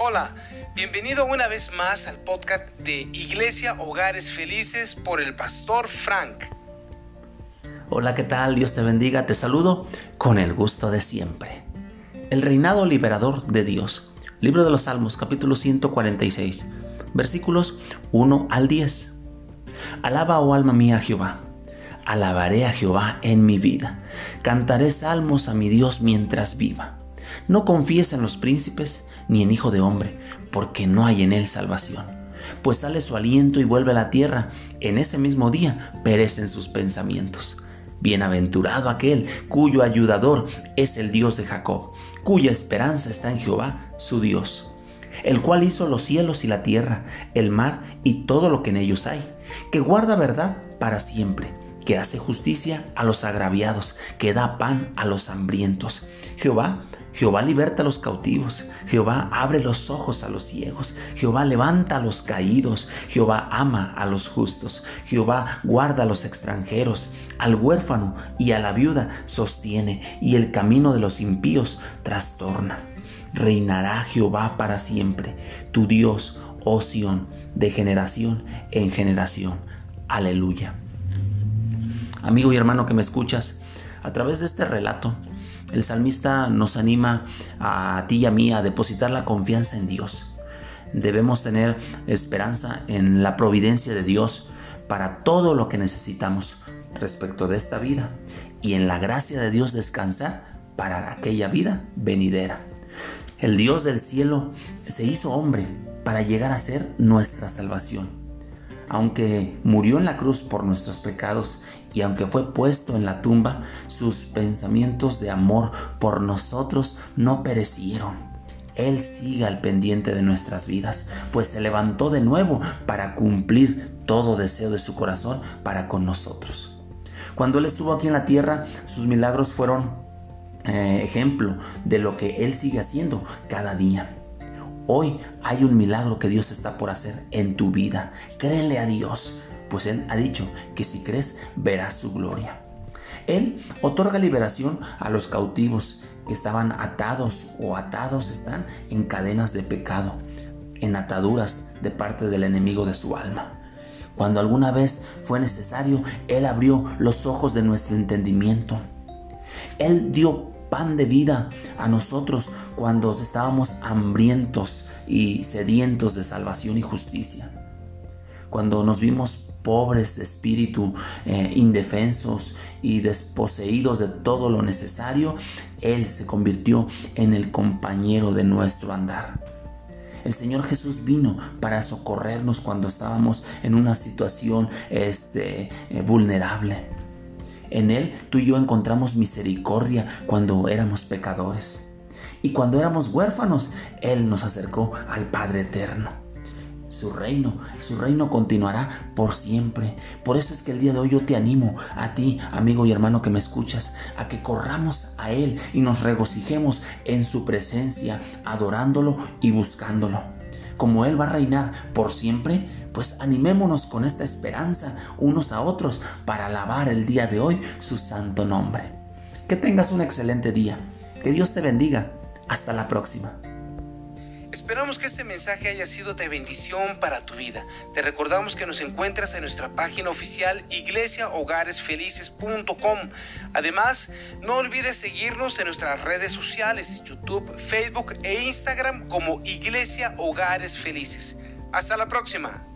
Hola, bienvenido una vez más al podcast de Iglesia Hogares Felices por el Pastor Frank. Hola, ¿qué tal? Dios te bendiga, te saludo con el gusto de siempre. El reinado liberador de Dios. Libro de los Salmos, capítulo 146, versículos 1 al 10. Alaba, oh alma mía, a Jehová. Alabaré a Jehová en mi vida. Cantaré salmos a mi Dios mientras viva. No confíes en los príncipes ni en hijo de hombre, porque no hay en él salvación. Pues sale su aliento y vuelve a la tierra. En ese mismo día perecen sus pensamientos. Bienaventurado aquel cuyo ayudador es el Dios de Jacob, cuya esperanza está en Jehová, su Dios, el cual hizo los cielos y la tierra, el mar y todo lo que en ellos hay, que guarda verdad para siempre, que hace justicia a los agraviados, que da pan a los hambrientos. Jehová liberta a los cautivos, Jehová abre los ojos a los ciegos, Jehová levanta a los caídos, Jehová ama a los justos, Jehová guarda a los extranjeros, al huérfano y a la viuda sostiene, y el camino de los impíos trastorna. Reinará Jehová para siempre, tu Dios, oh Sión, de generación en generación. Aleluya. Amigo y hermano que me escuchas, a través de este relato, el salmista nos anima a ti y a mí a depositar la confianza en Dios. Debemos tener esperanza en la providencia de Dios para todo lo que necesitamos respecto de esta vida y en la gracia de Dios descansar para aquella vida venidera. El Dios del cielo se hizo hombre para llegar a ser nuestra salvación. Aunque murió en la cruz por nuestros pecados y aunque fue puesto en la tumba, sus pensamientos de amor por nosotros no perecieron. Él sigue al pendiente de nuestras vidas, pues se levantó de nuevo para cumplir todo deseo de su corazón para con nosotros. Cuando Él estuvo aquí en la tierra, sus milagros fueron ejemplo de lo que Él sigue haciendo cada día. Hoy hay un milagro que Dios está por hacer en tu vida. Créele a Dios, pues Él ha dicho que si crees verás su gloria. Él otorga liberación a los cautivos que estaban atados o atados están en cadenas de pecado, en ataduras de parte del enemigo de su alma. Cuando alguna vez fue necesario, Él abrió los ojos de nuestro entendimiento. Él dio pan de vida a nosotros cuando estábamos hambrientos y sedientos de salvación y justicia. Cuando nos vimos pobres de espíritu, indefensos y desposeídos de todo lo necesario, Él se convirtió en el compañero de nuestro andar. El Señor Jesús vino para socorrernos cuando estábamos en una situación vulnerable. En Él tú y yo encontramos misericordia cuando éramos pecadores. Y cuando éramos huérfanos, Él nos acercó al Padre Eterno. Su reino continuará por siempre. Por eso es que el día de hoy yo te animo a ti, amigo y hermano que me escuchas, a que corramos a Él y nos regocijemos en su presencia, adorándolo y buscándolo. Como Él va a reinar por siempre, pues animémonos con esta esperanza unos a otros para alabar el día de hoy su santo nombre. Que tengas un excelente día. Que Dios te bendiga. Hasta la próxima. Esperamos que este mensaje haya sido de bendición para tu vida. Te recordamos que nos encuentras en nuestra página oficial iglesiahogaresfelices.com. Además, no olvides seguirnos en nuestras redes sociales, YouTube, Facebook e Instagram como Iglesia Hogares Felices. Hasta la próxima.